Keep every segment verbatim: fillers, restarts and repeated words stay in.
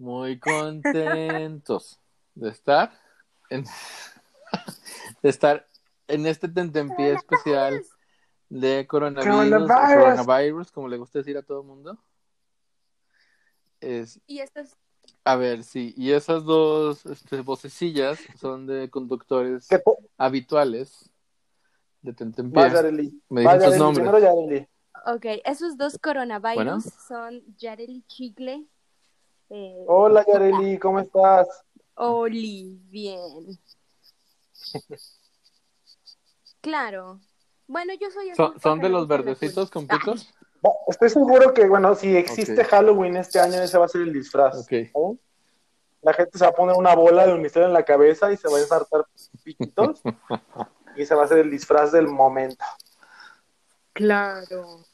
muy contentos de estar en, de estar en este tentempié especial de coronavirus o Coronavirus. coronavirus, como le gusta decir a todo el mundo. Es, Y estas, a ver, sí, y esas dos este, vocecillas son de conductores ¿Qué po- habituales de tentempié. Vas, Yareli. Me dicen Vas, sus Yareli. nombres. Primero Yareli. ok, esos dos coronavirus Bueno. son Yareli Chicle. Eh, Hola, Yareli, ¿cómo estás? Oli, bien. Claro. Bueno, yo soy ¿Son, azul son porque de me los gusta el verdecitos azul. con picos? Va, Estoy seguro que, bueno, si existe Ok. Halloween este año, ese va a ser el disfraz. Ok. ¿no? La gente se va a poner una bola de unicel en la cabeza y se va a ensartar piquitos. Y ese va a ser el disfraz del momento. Claro.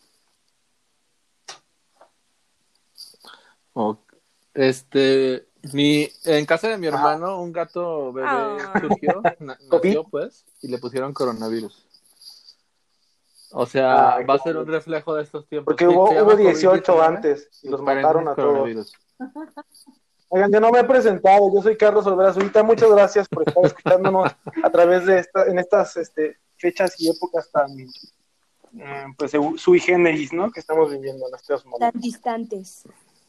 Ok. Este, mi, en casa de mi Ajá. hermano, un gato bebé Ah. surgió, na- ¿Covid? nació pues, y le pusieron coronavirus. O sea, Ay, va a qué ser un bonito. reflejo de estos tiempos. Porque Sí, hubo, se hubo llama dieciocho COVID diecinueve, antes y los mataron paréntesis a todos. coronavirus. Oigan, yo no me he presentado, yo soy Carlos Olvera Zurita, muchas gracias por estar escuchándonos a través de esta, en estas este, fechas y épocas tan, eh, pues, sui generis, ¿no? Que estamos viviendo en estos Tan momentos. distantes.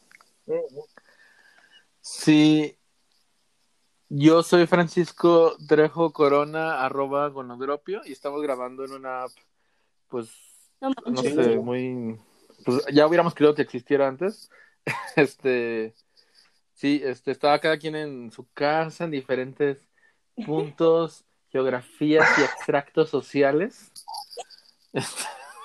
Sí, yo soy Francisco Trejo Corona, arroba gonodropio, y estamos grabando en una app, pues, No no manches. sé, muy... Pues ya hubiéramos querido que existiera antes. Este... Sí, este, estaba cada quien en su casa, en diferentes puntos, geografías y extractos sociales. Este,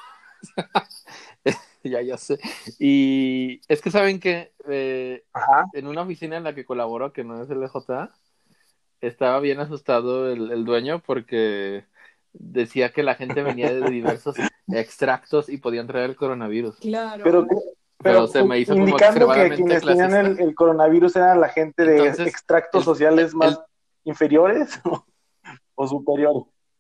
ya, ya sé. Y es que saben que eh, Ajá. en una oficina en la que colaboro, que no es el E J A, estaba bien asustado el, el dueño porque decía que la gente venía de diversos extractos y podían traer el coronavirus. Claro. Pero, Pero pero se me hizo como indicando que extremadamente quienes tenían clasista. el, el coronavirus eran la gente de Entonces, extractos el- sociales el- más inferiores o, o superiores.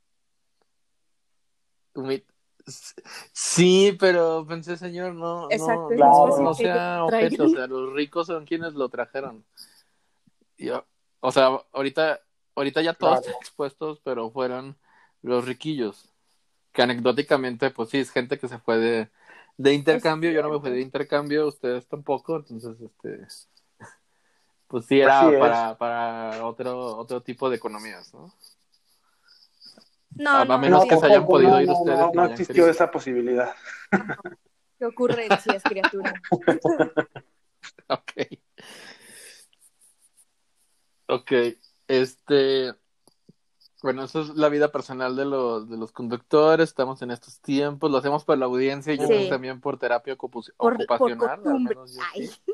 Humi- Sí, pero pensé, señor, no, Exacto, no, es más no, fácil no Claro. que ellos sea lo objeto, o traigan. sea, los ricos son quienes lo trajeron. Yo, o sea, ahorita, ahorita ya todos Claro. están expuestos, pero fueron los riquillos, que anecdóticamente, pues sí, es gente que se fue de, de intercambio, yo no me fui de intercambio, ustedes tampoco, entonces, este, pues sí, Así era es. para, para otro, otro tipo de economías, ¿no? No, A, a no, menos No, que sí, se hayan tampoco, podido no, ir no, ustedes no, y no no hayan existió querido. esa posibilidad. qué ocurrencias, criatura. Ok. Ok, este, bueno, eso es la vida personal de los, de los conductores, estamos en estos tiempos, lo hacemos por la audiencia y yo creo que Sí. también por terapia ocupu- Por, por ocupacional, al costumbre. menos yo Ay. sí,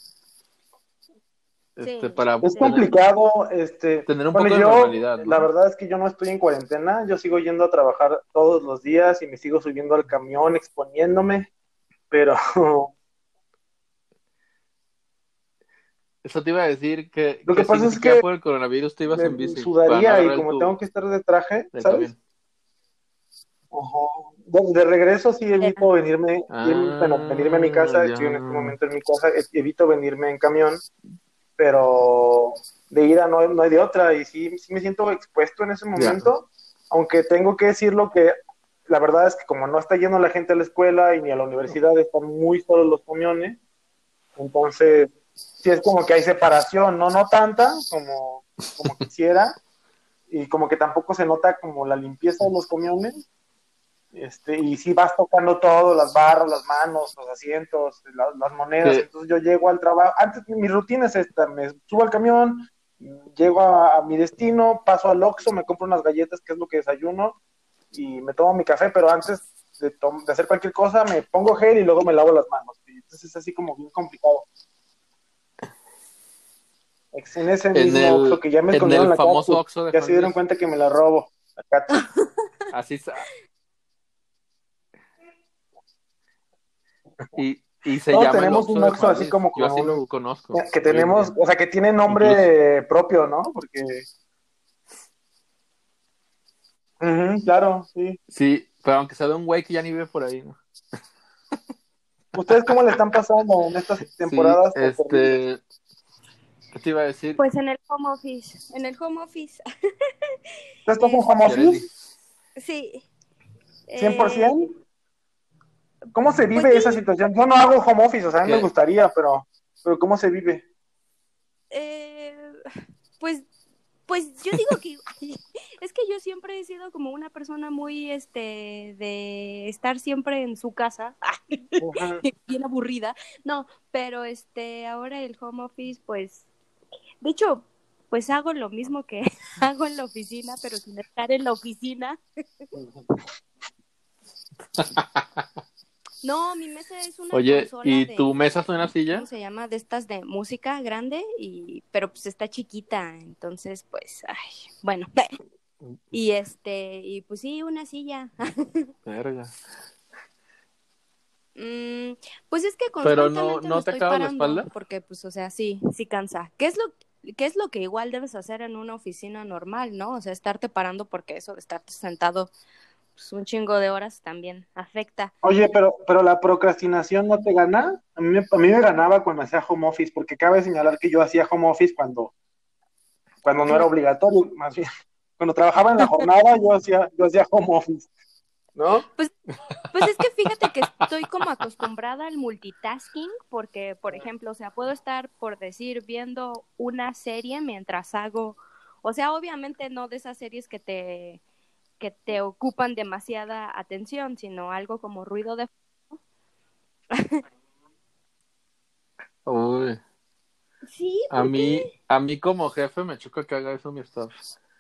este, Sí, para Es sí. tener, complicado, este, tener un bueno, poco de yo, normalidad, la ¿no? verdad es que yo no estoy en cuarentena, yo sigo yendo a trabajar todos los días y me sigo subiendo al camión exponiéndome, pero Eso te iba a decir que, lo que que si pasa ni es siquiera que por el coronavirus te ibas en me bici para no sudaría y agarrar el como tengo tubo que estar de traje, del ¿sabes? camión. Ajá. De, de regreso sí evito Yeah. venirme, irme- bueno, venirme a mi Ah, casa, estoy en este ya. momento en mi casa, e- evito venirme en camión, pero de ida no, no hay de otra y sí, sí me siento expuesto en ese Ya. momento, aunque tengo que decirlo que la verdad es que como no está yendo la gente a la escuela y ni a la universidad, están muy solos los camiones, entonces sí es como que hay separación, no, no tanta como, como quisiera, y como que tampoco se nota como la limpieza de los camiones, este, y sí vas tocando todo, las barras, las manos, los asientos, la, las monedas, Que, entonces yo llego al trabajo, antes mi rutina es esta, me subo al camión, llego a, a mi destino, paso al Oxxo, me compro unas galletas, que es lo que desayuno, y me tomo mi café, pero antes de, to- de hacer cualquier cosa me pongo gel y luego me lavo las manos, y entonces es así como bien complicado. En ese en mismo Oxxo el, que ya me en escondieron el la famoso catsup, Oxxo de ya Juan se dieron Luis, cuenta que me la robo, la catsup. así sa- y, y se Todos llama el tenemos Oxxo un de Oxxo Juan así Luis, como yo con así un, lo conozco, que hoy en tenemos, día, o sea, que tiene incluso. nombre propio, ¿no? Porque, ujú, claro, sí. Sí, pero aunque sea de un güey que ya ni vive por ahí, ¿no? ¿Ustedes cómo le están pasando en estas Sí, temporadas tan terribles? este, ¿Qué te iba a decir? Pues en el home office, en el home office. ¿Tú estás en home Yareli. office? Sí. ¿cien por Eh, ciento? ¿Cómo se pues vive esa sí, situación? Yo no hago home office, o sea, a mí me ¿Qué? gustaría, pero, pero ¿cómo se vive? eh, pues, pues yo digo que es que yo siempre he sido como una persona muy, este, de estar siempre en su casa, Ujú. bien aburrida. No, pero este, ahora el home office, pues, de hecho, pues hago lo mismo que hago en la oficina, pero sin estar en la oficina. No, mi mesa es una Oye, consola ¿y tu de, mesa es una ¿cómo silla? se llama? De estas de música grande, y, pero pues está chiquita, entonces, pues, ay, bueno. Y este, y pues sí, una silla. Verga. Mm, pues es que Pero no, constantemente me ¿no te estoy acabas la parando, espalda? porque pues, o sea, sí, sí cansa. ¿Qué es lo, qué es lo que igual debes hacer en una oficina normal, ¿no? O sea, estarte parando, porque eso de estarte sentado pues, un chingo de horas también afecta. Oye, pero, pero la procrastinación no te gana. A mí, me, a mí me ganaba cuando hacía home office, porque cabe señalar que yo hacía home office cuando, cuando no era Claro. obligatorio, más bien. Cuando trabajaba en la jornada, yo hacía, yo hacía home office, ¿no? Pues, pues es que fíjate que estoy como acostumbrada al multitasking, porque, por ejemplo, o sea, puedo estar, por decir, viendo una serie mientras hago, o sea, obviamente no de esas series que te que te ocupan demasiada atención, sino algo como ruido de... Uy, Sí, a ¿por qué? mí, a mí como jefe me choca que haga eso mi staff.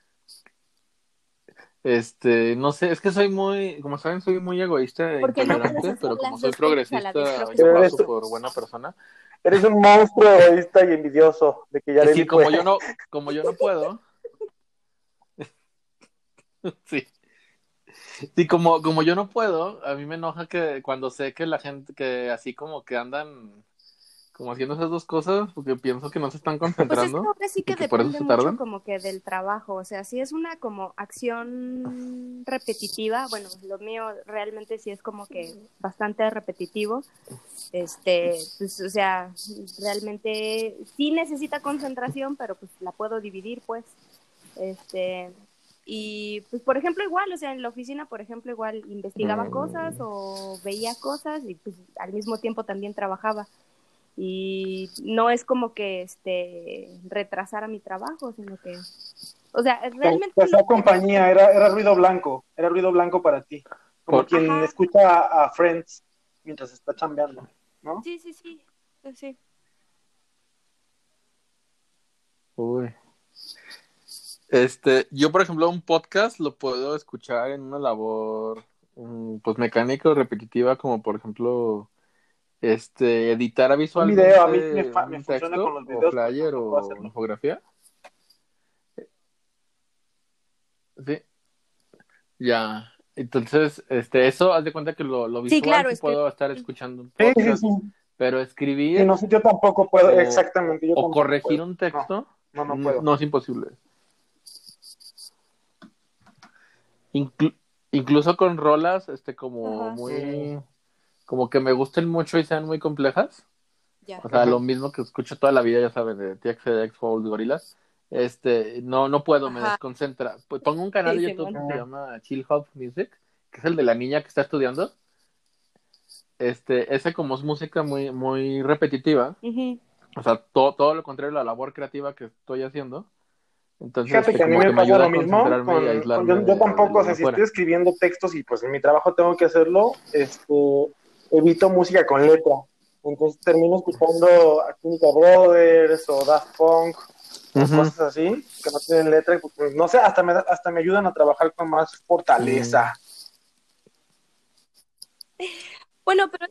Este, no sé, es que soy muy, como saben, soy muy egoísta e Porque no puedes intolerante, hacer pero como las soy dos cosas a la vez, creo progresista, que es yo Pero por eres, paso eso. por buena persona. eres un monstruo egoísta y envidioso de que Y sí, Yareli como puede. yo no, como yo no puedo, sí, sí, como, como yo no puedo, a mí me enoja que cuando sé que la gente, que así como que andan como haciendo esas dos cosas, porque pienso que no se están Pues es que concentrando ahora sí y que que por eso depende se mucho tardan. como que del trabajo, o sea, si es una como acción repetitiva, bueno, lo mío realmente sí es como que bastante repetitivo, este, pues, o sea, realmente sí necesita concentración, pero pues la puedo dividir, pues, este, y pues por ejemplo igual, o sea, en la oficina, por ejemplo, igual investigaba cosas Mm, o veía cosas y pues al mismo tiempo también trabajaba. Y no es como que este retrasara mi trabajo, sino que, o sea, Te, realmente te lo hacía que compañía, era, era ruido blanco, era ruido blanco para ti. Como por, quien ajá, escucha a, a Friends mientras está chambeando, ¿no? sí, sí, sí, pues sí. uy. Este, yo, por ejemplo, un podcast lo puedo escuchar en una labor, mm, pues mecánica o repetitiva, como por ejemplo, este, editar Un video, a mí me, visualmente fa- me un funciona con texto los o videos, por flyer ejemplo, puedo o hacerlo. infografía. Sí, ya. Entonces, este, eso, haz de cuenta que lo, lo Sí, visual claro, sí escribir. puedo estar escuchando un Sí, sí, podcast, sí. pero Sí, escribir no sé, yo tampoco puedo, o, exactamente, yo o tampoco corregir puedo. un No, texto, no, no mm, puedo. no es imposible. Inclu- incluso con rolas, este, como Ajá, Mm, muy, como que me gusten mucho y sean muy complejas. ya. O sea, lo ajá. mismo que escucho toda la vida, ya saben, de T X T X, Fold, Gorillaz. Este, no, no puedo, me Ajá, desconcentra. Pues pongo un canal sí, de YouTube Simón. que se Mm. llama Chill Hop Music, que es el de la niña que está estudiando. Este, ese como es música muy, muy repetitiva, Ujú. o sea, todo, todo lo contrario a la labor creativa que estoy haciendo. Entonces, Fíjate este, que a mí como me que me pasa ayuda lo a mismo concentrarme y a con, con- yo, aislarme yo de, de tampoco, o lo de sea, si estoy afuera. escribiendo textos y pues en mi trabajo tengo que hacerlo, este, evito música con letra. Entonces termino escuchando a Chemical Brothers o Daft Punk o Ujú. cosas así que no tienen letra y pues, pues, no sé, hasta me, da- hasta me ayudan a trabajar con más Mm. fortaleza. Bueno, pero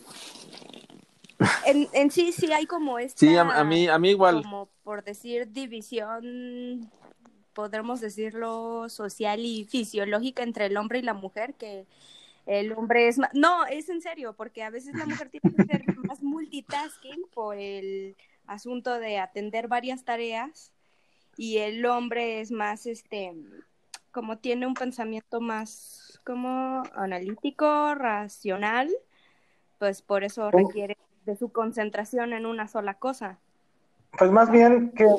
en, en sí sí hay como Sí, a, a mí, esta, a mí igual. como por decir, división, podremos decirlo, social y fisiológica entre el hombre y la mujer, que el hombre es más... No, es en serio, porque a veces la mujer tiene que ser más multitasking por el asunto de atender varias tareas y el hombre es más, este, como tiene un pensamiento más como analítico, racional, pues por eso Un- requiere de su concentración en una sola cosa. Pues más bien que,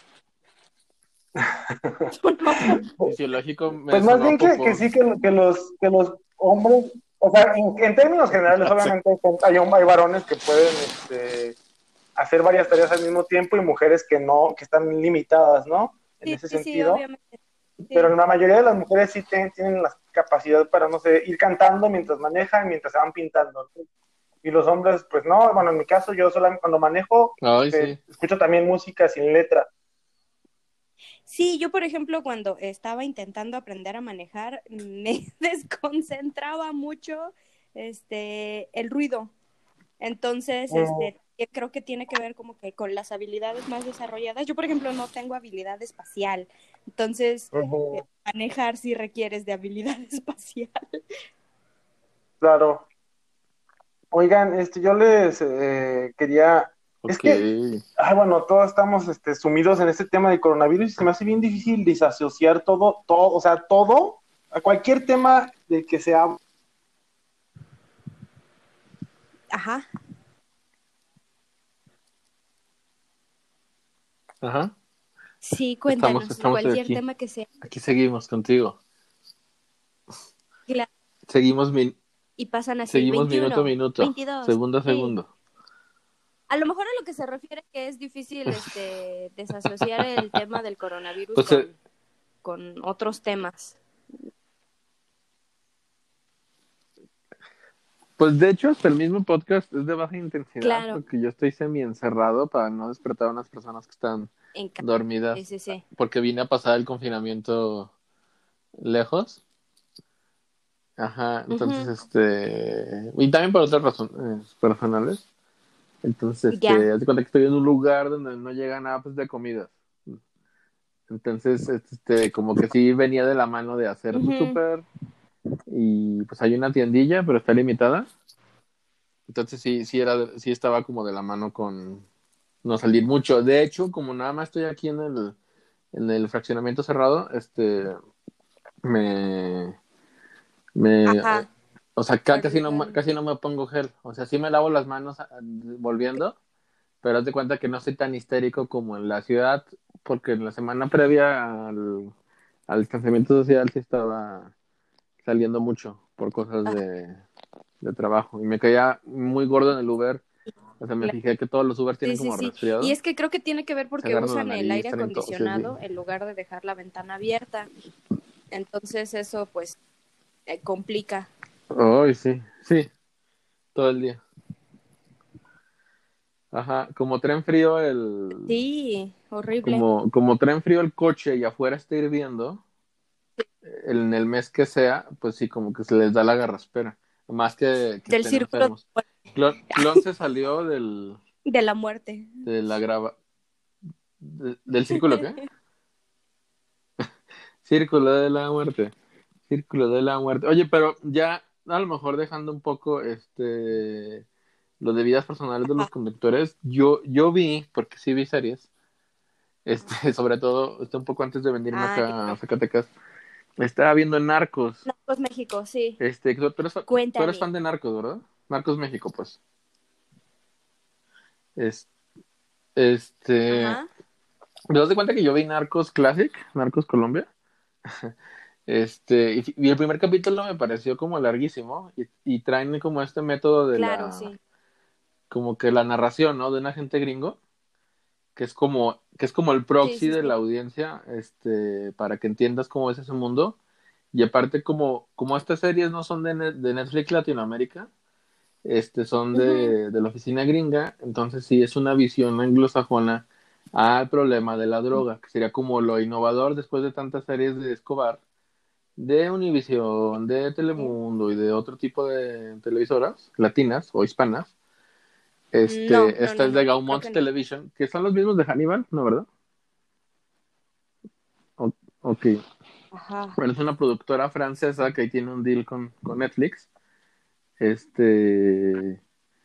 Fisiológico me pues más sonó a bien que, que popó. sí, que, que los, que los hombres, o sea, en, en términos generales, obviamente hay, hay varones que pueden este, hacer varias tareas al mismo tiempo y mujeres que no, que están limitadas, ¿no? En Sí, ese sí, sí, sentido. obviamente. Pero Sí. la mayoría de las mujeres sí ten, tienen la capacidad para, no sé, ir cantando mientras manejan, mientras se van pintando. Y los hombres, pues no, bueno, en mi caso yo solamente cuando manejo, Ay, este, sí. escucho también música sin letra. Sí, yo por ejemplo cuando estaba intentando aprender a manejar me desconcentraba mucho este el ruido. Entonces, Mm, este yo creo que tiene que ver como que con las habilidades más desarrolladas. Yo por ejemplo no tengo habilidad espacial. Entonces, eh, ujú, manejar sí requieres de habilidad espacial. claro. Oigan, este, yo les eh, quería, es Ok. que, ah, bueno, todos estamos este, sumidos en este tema del coronavirus y se me hace bien difícil disasociar todo, todo, o sea, todo, a cualquier tema del que se habla. Ajá. Ajá. Sí, Estamos, cuéntanos, estamos cualquier aquí. tema que sea. Aquí seguimos contigo. Claro. Seguimos, mi- Y pasan así, seguimos minuto a veintiuno, minuto. veintidós. Segundo a Sí. segundo. A lo mejor a lo que se refiere que es difícil este desasociar el tema del coronavirus Pues, eh, con, con otros temas. pues de hecho, hasta el mismo podcast es de baja intensidad Claro, porque yo estoy semi encerrado para no despertar a unas personas que están en ca- sí, dormidas sí, sí. porque vine a pasar el confinamiento lejos. Ajá, entonces, Ujú. este, y también por otras razones personales. Entonces, Ya. este, haz de cuenta que estoy en un lugar donde no llega nada pues de comidas. Entonces, este, como que sí venía de la mano de hacer tu Ujú. súper y pues hay una tiendilla, pero está limitada. Entonces sí, sí era, sí estaba como de la mano con no salir mucho. De hecho, como nada más estoy aquí en el, en el fraccionamiento cerrado, este, me, me, Ajá. o sea, ca- casi no, me- Olvidar. casi no me pongo gel. O sea, sí me lavo las manos ah, volviendo, pero haz de cuenta que no soy tan histérico como en la ciudad, porque en la semana previa al, al distanciamiento social sí estaba saliendo mucho por cosas Ajá, de, de trabajo. Y me caía muy gordo en el Uber. O sea, me claro. fijé que todos los Uber Sí, tienen sí, como sí. Y resfriado. es que creo que tiene que ver Se porque agarran la usan el nariz, aire traen tos y así. acondicionado en lugar de dejar la ventana abierta. Entonces eso pues eh, complica. Ay, sí, sí, todo el día. Ajá, como tren frío el... Sí, horrible. Como, como tren frío el coche y afuera está hirviendo, en el mes que sea, pues sí, como que se les da la garraspera. Más que, que Del estén círculo enfermos. Clon, Clon se salió del, de la muerte. de la grava... de- ¿del círculo qué? Círculo de la muerte. Círculo de la muerte. Oye, pero ya a lo mejor dejando un poco este lo de vidas personales de los Ajá. conductores, yo, yo vi, porque sí vi series, este, sobre todo, este, un poco antes de venirme Ah, acá a claro. Zacatecas, estaba viendo Narcos. Narcos México, sí. Este, tú eres, fa- tú eres fan Cuéntame. de Narcos, ¿verdad? Narcos México, pues. Es- este, Ajá. ¿te das de cuenta que yo vi Narcos Classic, Narcos Colombia? Este, y, y el primer capítulo me pareció como larguísimo y, y traen como este método de Claro, la, sí. como que la narración, ¿no? De un agente gringo, que es como, que es como el Sí, proxy sí, de la sí. audiencia, este, para que entiendas cómo es ese mundo. Y aparte, como, como estas series no son de, Ne- de Netflix Latinoamérica, este, son Ujú. de, de la oficina gringa, entonces sí es una visión anglosajona al problema de la droga, que sería como lo innovador después de tantas series de Escobar, de Univision, de Telemundo y de otro tipo de televisoras latinas o hispanas. No, Este, no, esta no, es de no. Creo Gaumont que no. Television, que son los mismos de Hannibal, ¿no, verdad? O- ok. Ajá. Bueno, es una productora francesa que ahí tiene un deal con, con Netflix. Este,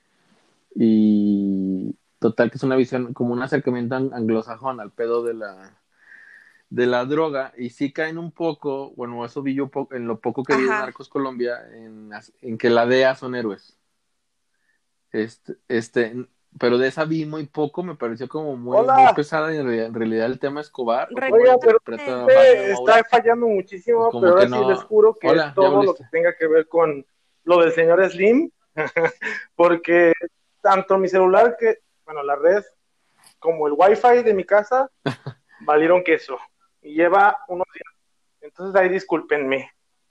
y total que es una visión, como un acercamiento an- anglosajón al pedo de la, de la droga. Y sí caen un poco, bueno, eso vi yo po- en lo poco que vi de Ajá. Narcos Colombia, en, as- en que la D E A son héroes. Este, este, pero de esa vi muy poco, me pareció como muy, Hola. muy pesada y en realidad, en realidad el tema Escobar, o como Oiga, lo pero interpreta usted Fabio está Moura, fallando muchísimo, pues como pero ahora que sí no. les juro que Hola, es ya todo lo volviste. que tenga que ver con lo del señor Slim, porque tanto mi celular que, bueno, la red, como el wifi de mi casa, valieron queso. Y lleva unos días. Entonces ahí discúlpenme.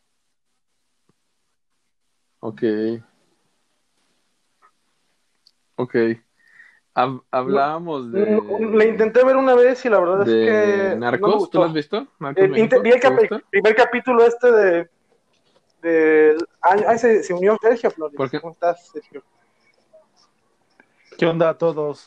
Ok, ok. Hab- No, hablábamos no, le de, intenté ver una vez y la verdad es de que no me Narcos, ¿tú lo has gustó. visto? ¿Narcos El, inte- vi México? el, ¿Te cap- el gusta? primer capítulo este de... de ah, se, se unió Sergio Flores. Porque, ¿Cómo estás, Sergio? ¿Qué onda a todos?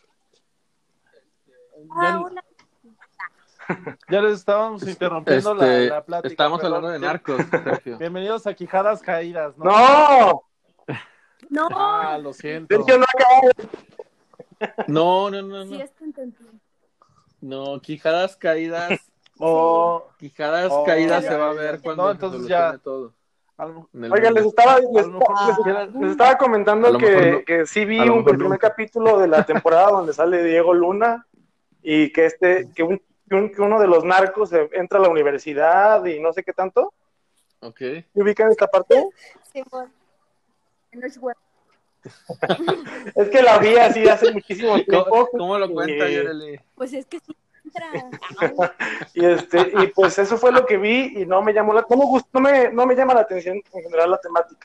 Ya, Ah, hola. ya les estábamos interrumpiendo la, este, la plática, estábamos hablando perdón. de Bien- Narcos, Sergio. Bienvenidos a Quijadas Caídas, ¿no? ¡No! No, Ah, lo siento. Sergio no acabó. No, no, no, sí no. es que entendí. No, Quijadas Caídas, Oh, Quijadas oh, Caídas ya, se va a ya, ver ya. cuando No, se entonces solucione ya. todo A lo, en el Oiga, les mundo. estaba, a les, lo mejor ni les- siquiera. les estaba A comentando lo mejor que, no, que sí vi a lo un, mejor el primer nunca. capítulo de la temporada donde sale Diego Luna y que este que, un, que, un, que uno de los narcos entra a la universidad y no sé qué tanto. Ok. ¿Me ubican esta parte? Sí, bueno, no es bueno. Es que la vi así hace muchísimo ¿Cómo, tiempo. cómo lo y, cuenta, Yereli? Pues es que sí entra. y este y pues eso fue lo que vi y no me llamó la no me gustó, no me, no me llama la atención en general la temática.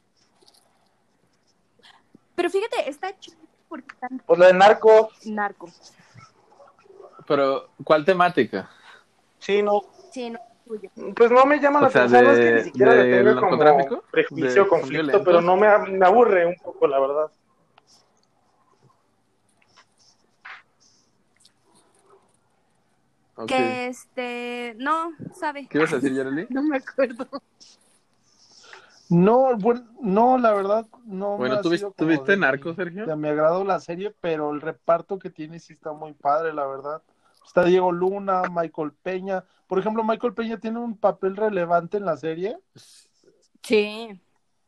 Pero fíjate, está chido porque está Pues la de narco, narco. Pero, ¿cuál temática? sí, no. Sí, no es tuyo. Pues no me llama O la sea, atención, no es que ni de, siquiera le del tenga como narcotráfico, prejuicio de o que son conflicto, pero violentos. no me, me aburre un poco, la verdad. Ok. Que este, no, sabe. ¿Qué ibas a decir, Yereli? No me acuerdo. No, bueno, no, la verdad, no me Bueno, ha ¿tú, vis- sido tú como viste de Narcos, mi, Sergio? de mi agrado la serie, pero el reparto que tiene sí está muy padre, la verdad. Está Diego Luna, Michael Peña. Por ejemplo, Michael Peña tiene un papel relevante en la serie. Sí,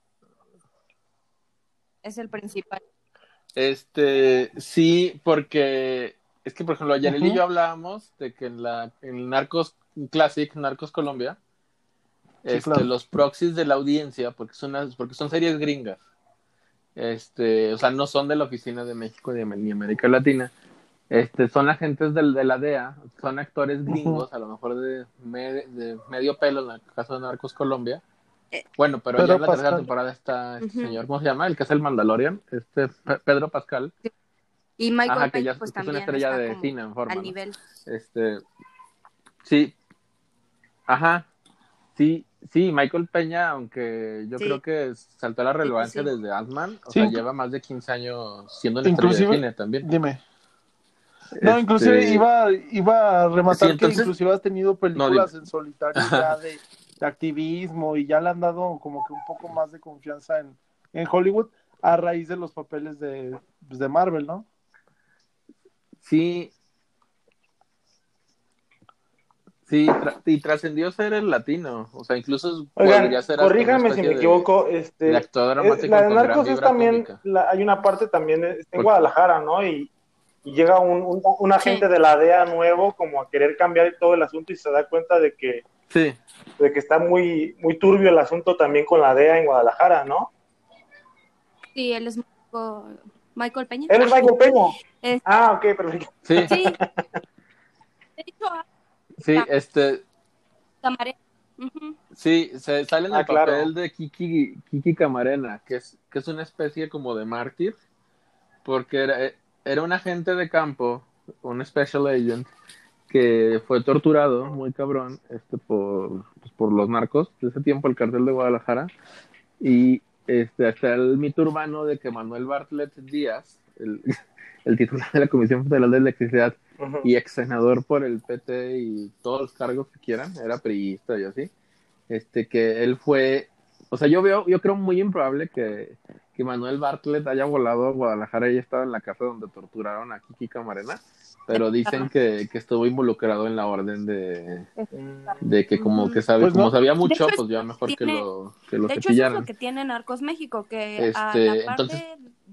es el principal. Este, sí, porque es que, por ejemplo, Yaneli y Ujú. yo hablábamos de que en la en Narcos Classic, Narcos Colombia, Sí, este, claro. los proxies de la audiencia, porque son unas- porque son series gringas, este, o sea, no son de la oficina de México ni, ni América Latina, este, son agentes del, de la D E A, son actores gringos, Ujú. a lo mejor de, me- de medio pelo en el caso de Narcos Colombia. Eh, Bueno, pero ya en Pedro la tercera Pascal. temporada está este Ujú. señor, ¿cómo se llama? El que es el Mandalorian, este Pe- Pedro Pascal. Y Michael Ajá, que Peña, ya pues que es una también estrella está de como cine en forma, al ¿no? nivel. Este, sí, ajá, sí, sí, Michael Peña, aunque yo Sí, creo que saltó a la sí, sí, relevancia sí. desde Ant-Man, o Sí, sea, inc- lleva más de quince años siendo una estrella de inclusive, cine también. dime. No, inclusive Este, iba, iba a sí, rematar que entonces, inclusive has tenido no, dime. películas en solitario ya de, de activismo y ya le han dado como que un poco más de confianza en, en Hollywood a raíz de los papeles de, pues, de Marvel, ¿no? Sí, sí, tra- y trascendió ser el latino, o sea, incluso podría Oigan, ser hasta una corríjame si me especie de, equivoco, de este, actor eh, dramático la de con gran Narcos es vibra también, cómica. la, hay una parte también, eh, está en Porque, Guadalajara, ¿no? Y, y llega un, un, un agente Sí, de la D E A nuevo como a querer cambiar todo el asunto y se da cuenta de que, sí, de que está muy, muy turbio el asunto también con la D E A en Guadalajara, ¿no? sí, él es Michael, Michael Peña. Él es Michael Peña. Es- Ah, ok, perfecto. sí, sí, de hecho, ah, sí, este, Camarena. Ujú. sí, se sale en Ah, el papel claro. de Kiki, Kiki Camarena, que es, que es una especie como de mártir, porque era, era un agente de campo, un special agent, que fue torturado muy cabrón este, por, pues, por los narcos de ese tiempo, el cartel de Guadalajara, y este, hasta el mito urbano de que Manuel Bartlett Díaz, el, el titular de la Comisión Federal de Electricidad Uh-huh. y ex senador por el P T y todos los cargos que quieran, era priista y así, este, que él fue, o sea, yo veo, yo creo muy improbable que, que Manuel Bartlett haya volado a Guadalajara y estaba en la casa donde torturaron a Kiki Camarena, pero dicen que, que estuvo involucrado en la orden de, de que como que sabe, Pues como no, sabía De mucho, hecho, pues ya eso mejor que tiene, lo, que lo de hecho, eso es lo cepillaran. que tiene Narcos México, que a la Este, entonces, parte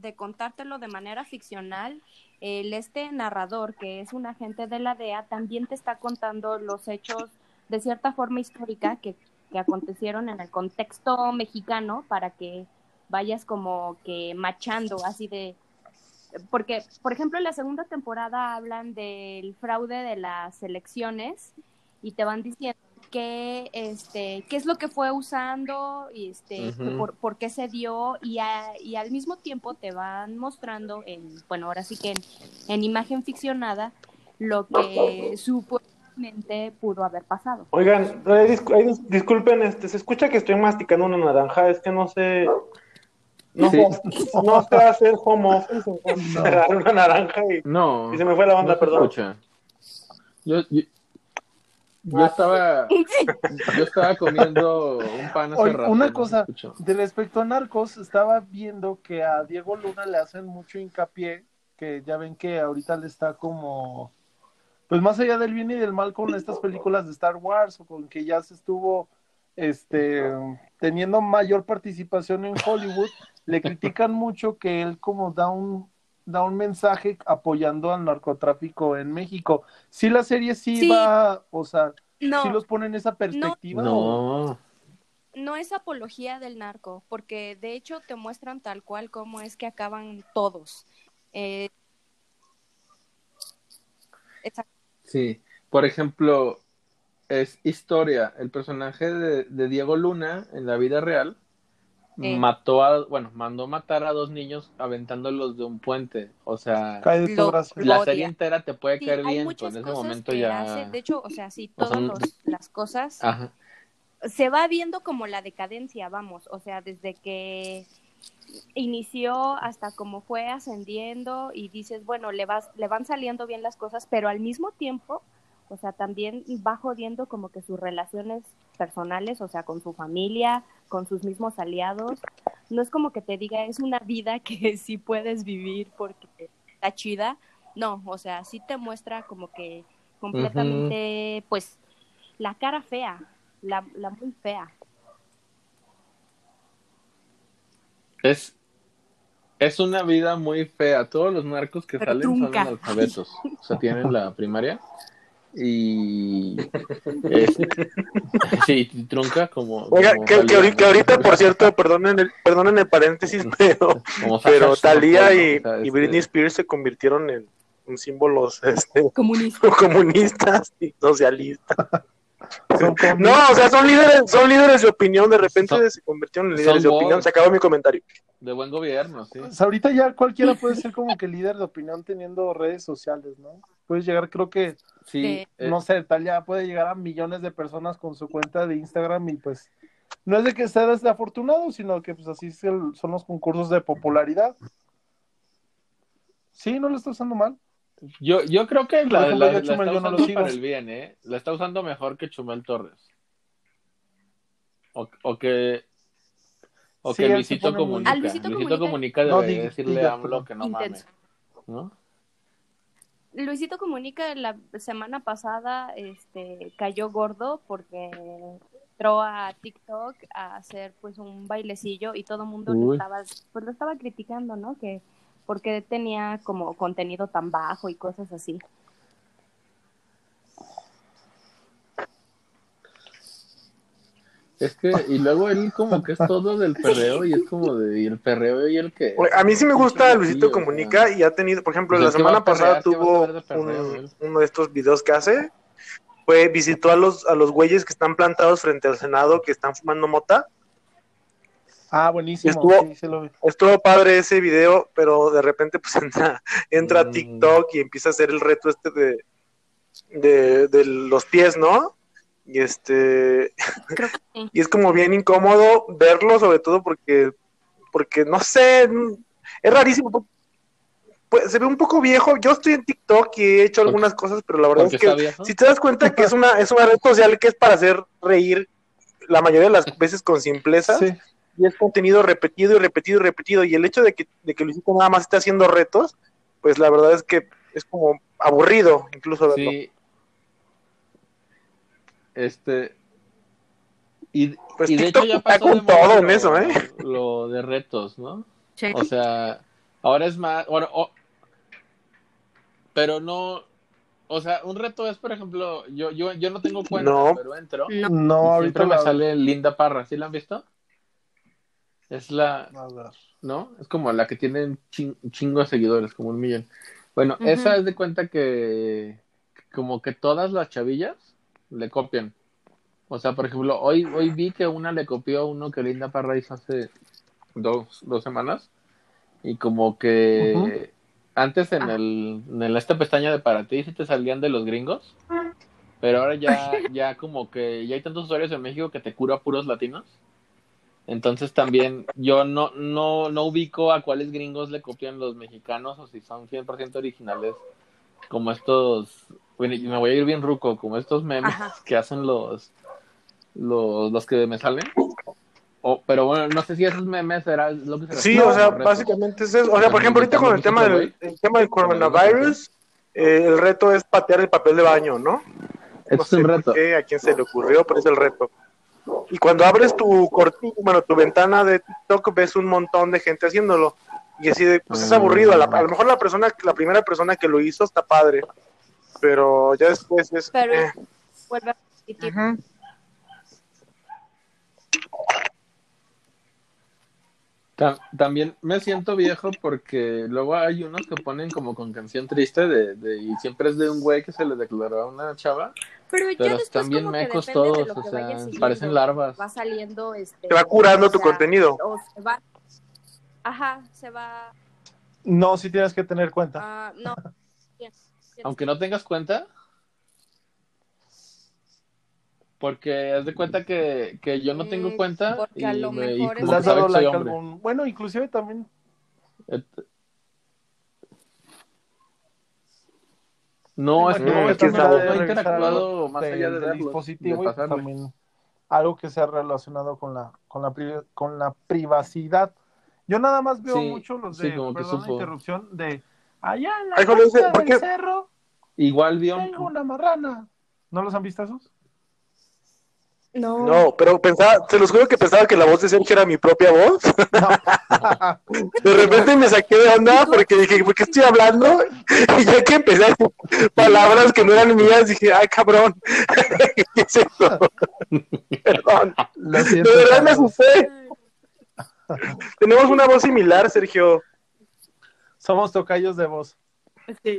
de contártelo de manera ficcional, el este narrador, que es un agente de la D E A, también te está contando los hechos de cierta forma histórica que, que acontecieron en el contexto mexicano para que vayas como que machando así de... Porque, por ejemplo, en la segunda temporada hablan del fraude de las elecciones y te van diciendo qué, este, qué es lo que fue usando y este, Ujú. que por, por qué se dio y, a, y al mismo tiempo te van mostrando, en, bueno, ahora sí que en, en imagen ficcionada, lo que supuestamente pudo haber pasado. Oigan, eh, dis- ay, dis- disculpen, este, se escucha que estoy masticando una naranja, es que no sé, no Sí. sé, no sé hacer home office, entonces No. agarré una naranja y, No, y se me fue la no onda, se perdón. escucha. Yo, yo, yo estaba, yo estaba comiendo un pan hace Oye, rato, una no se cosa, escuchó. de respecto a Narcos, estaba viendo que a Diego Luna le hacen mucho hincapié, que ya ven que ahorita le está como, pues más allá del bien y del mal con estas películas de Star Wars, o con que ya se estuvo este teniendo mayor participación en Hollywood, le critican mucho que él como da un da un mensaje apoyando al narcotráfico en México. Si la serie sí Sí, va, o sea, sí no, los pone en esa no, perspectiva o No, no es apología del narco, porque de hecho te muestran tal cual cómo es que acaban todos. Eh, exacto. sí. Por ejemplo, es historia. El personaje de, de Diego Luna en la vida real mató a, bueno, mandó matar a dos niños aventándolos de un puente. O sea, cae de tu Lo, gracia? lo la serie odia. entera te puede Sí, caer hay bien, pero muchas en ese cosas momento que hace, de ya, hecho, o sea, sí, o sea, todas los, las cosas, ajá, se va viendo como la decadencia, vamos, o sea, desde que inició hasta cómo fue ascendiendo y dices, bueno, le, vas, le van saliendo bien las cosas, pero al mismo tiempo, o sea, también va jodiendo como que sus relaciones personales, o sea, con su familia, con sus mismos aliados. No es como que te diga, es una vida que sí puedes vivir porque está chida. No, o sea, sí te muestra como que ujú. completamente, pues, la cara fea, la, la muy fea. Es, es una vida muy fea. Todos los narcos que Pero salen son trunca. analfabetos. O sea, tienen la primaria y es, sí, trunca como, Oiga, como que, que, Talía, ahorita, que ¿no? ahorita, por cierto, perdonen el, perdonen el paréntesis, pero, Como Sasha pero Sokol, Thalía ¿no? O y, sea, y Britney este, Spears se convirtieron en, en símbolos este, Comunista. comunistas y socialistas. Son No, comis. o sea, son líderes, son líderes de opinión, de son, repente se convirtieron en líderes son de opinión. Se woke, acabó mi comentario. de buen gobierno, sí. Pues ahorita ya cualquiera puede ser como que líder de opinión teniendo redes sociales, ¿no? Puedes llegar, creo que, Sí, Sí. eh, no sé, tal ya puede llegar a millones de personas con su cuenta de Instagram y pues no es de que sea desafortunado, sino que pues así son los concursos de popularidad. Sí, no lo está usando mal. yo, yo creo que Por la, ejemplo, la, yo a la Chumel está yo no lo usando sigo. para el bien, ¿eh? La está usando mejor que Chumel Torres. O, o que o Sí, que él se Luisito pone muy... A Comunica. Luisito Luisito Comunica Comunica No, debería diga, decirle a diga, AMLO perdón. que no mame, intenso. ¿no? Luisito Comunica la semana pasada este, cayó gordo porque entró a TikTok a hacer pues un bailecillo y todo el mundo le Uy. estaba, pues lo estaba criticando, ¿no? Que porque tenía como contenido tan bajo y cosas así. Es que, y luego él como que es todo del perreo y es como de, ¿y el perreo y el que es? A Es mí sí un me pinche gusta Luisito loquillo, o sea, Comunica y ha tenido, por ejemplo, pues la él que va semana a pasada perrear, ¿qué va a tuvo saber de perreo un, él? uno de estos videos que hace, fue, visitó a los, a los güeyes que están plantados frente al Senado, que están fumando mota, Ah, y buenísimo, estuvo, sí, se lo vi. estuvo padre ese video, pero de repente pues entra, entra a Mm, TikTok y empieza a hacer el reto este de, de, de los pies, ¿no? Y este, Creo que sí. y es como bien incómodo verlo, sobre todo porque, porque no sé, es rarísimo, pues, se ve un poco viejo. Yo estoy en TikTok y he hecho ¿Por qué, algunas cosas, pero la verdad por es qué que está viejo? si te das cuenta que es una, es una red social que es para hacer reír la mayoría de las veces con simplezas, Sí, y es contenido repetido y repetido y repetido, y el hecho de que, de que Luisito nada más esté haciendo retos, pues la verdad es que es como aburrido incluso verlo. Sí, este, y, Pues y de hecho TikTok ya está pasó de con moda todo en eso, ¿eh? lo, lo de retos, ¿no? Sí. O sea, Ahora es más, ahora, oh, pero no, o sea, un reto es, por ejemplo, yo, yo, yo no tengo cuenta, No. pero entro No. No, y ahorita siempre me la... sale Linda Parra, ¿sí la han visto? Es la, A ver. ¿no? Es como la que tiene un chin- un chingo de seguidores, como un millón. Bueno, Ujú. esa es de cuenta que como que todas las chavillas le copian. O sea, por ejemplo, hoy, hoy vi que una le copió a uno que Linda Parra hizo hace dos, dos semanas. Y como Ujú. que antes en Ah. el, en esta pestaña de para ti sí te salían de los gringos, pero ahora ya, ya como que ya hay tantos usuarios en México que te cura puros latinos. Entonces también yo no, no, no ubico a cuáles gringos le copian los mexicanos o si son cien por ciento originales, como estos, bueno, y me voy a ir bien ruco, como estos memes Ajá. que hacen los, los, los que me salen. O, pero bueno, no sé si esos memes era lo que se Sí, refiere o No, sea, como retos. básicamente es eso. O O sea, sea, por como ejemplo, ahorita imitando con a el algún tema otro del güey el tema del en alguna canción. coronavirus, eh, el reto es patear el papel de baño, ¿no? Eso No es un sé por reto. qué, a quién se le ocurrió, pero es el reto. Y cuando abres tu cortina, bueno, tu ventana de TikTok, ves un montón de gente haciéndolo. Y así de, pues es aburrido. A, la- a lo mejor la persona, la primera persona que lo hizo está padre, pero ya después es. Pero ya Eh. vuelve a repetir. Ujú. Ta- también me siento viejo porque luego hay unos que ponen como con canción triste de, de y siempre es de un güey que se le declaró a una chava, Pero ya pero después están bien como que mecos depende de todos, lo o que vaya sea, parecen siguiendo. larvas. Va saliendo, este, Te va curando o tu sea, contenido. o se va, ajá, se va, no, sí tienes que tener cuenta. ah, no, bien, tienes Aunque que- no tengas cuenta, porque haz de cuenta que, que yo no tengo Mm, cuenta porque a y, lo me, y mejor, como ¿Le que has sabe dado que soy like a hombre. algún? Bueno, inclusive también. Et- Me No, es que imagino no, Mm, que es que quién también ha no, sabe. de no he revisar algo interactuado más allá del, de del verlos, de dispositivo y pues pasarle. también algo que sea relacionado con la, con la, pri- con la privacidad. Yo nada más veo Sí, mucho los sí, de, como que perdón la supo. interrupción, de allá en la Ay, joder, ese- punta ¿por del qué? cerro Igual vi un, tengo una marrana. ¿No los han visto esos? no, No, pero pensaba, se los juro que pensaba que la voz de Sergio era mi propia voz. No. De no, repente me saqué de ¿y onda cómo? porque dije, ¿por qué estoy hablando? Y ya que empecé a decir palabras que no eran mías, dije, ay, cabrón, ¿qué es esto? Perdón. Lo De siento, verdad me Carlos. asusté. Tenemos una voz similar, Sergio. Somos tocayos de voz. Sí.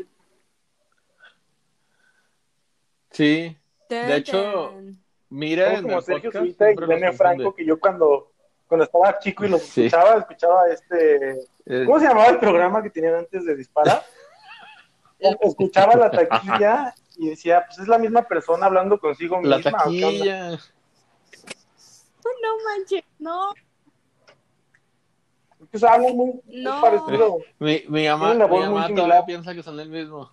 sí. De Tan, hecho, tan. Mira Somos en como el Sergio podcast Zurita y siempre los Irene Franco, confunde. que yo cuando, cuando estaba chico y los Sí. escuchaba, escuchaba este... Eh, ¿Cómo se llamaba el programa que tenían antes de Dispara? Escuchaba la taquilla y decía, pues es la misma persona hablando consigo la misma, ¿o qué onda? taquilla. No manches, no, Pues hablan muy, muy no. parecido. Mi, mi Tienen mamá, la mi voz muy mamá similar. todavía piensa que son el mismo.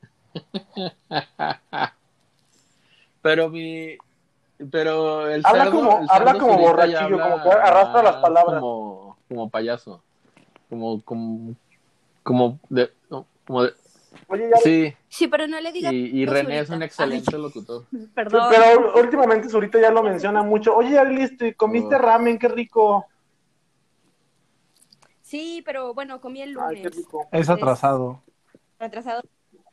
Pero mi, pero el Habla cerdo, como, el habla cerdo como Zurita ya borrachillo, como que arrastra las habla más palabras. como, como payaso, como, como, como de, no, como de, Oye, ya, sí. Sí, pero no le digas Y, y eso, René es un Zurita. excelente Ay, locutor. perdón. pero últimamente Zurita ya lo menciona mucho. Oye, ya listo, y comiste Oh. ramen, qué rico. Sí, pero bueno, comí el Ay, qué lunes. rico. Es atrasado. Retrasado.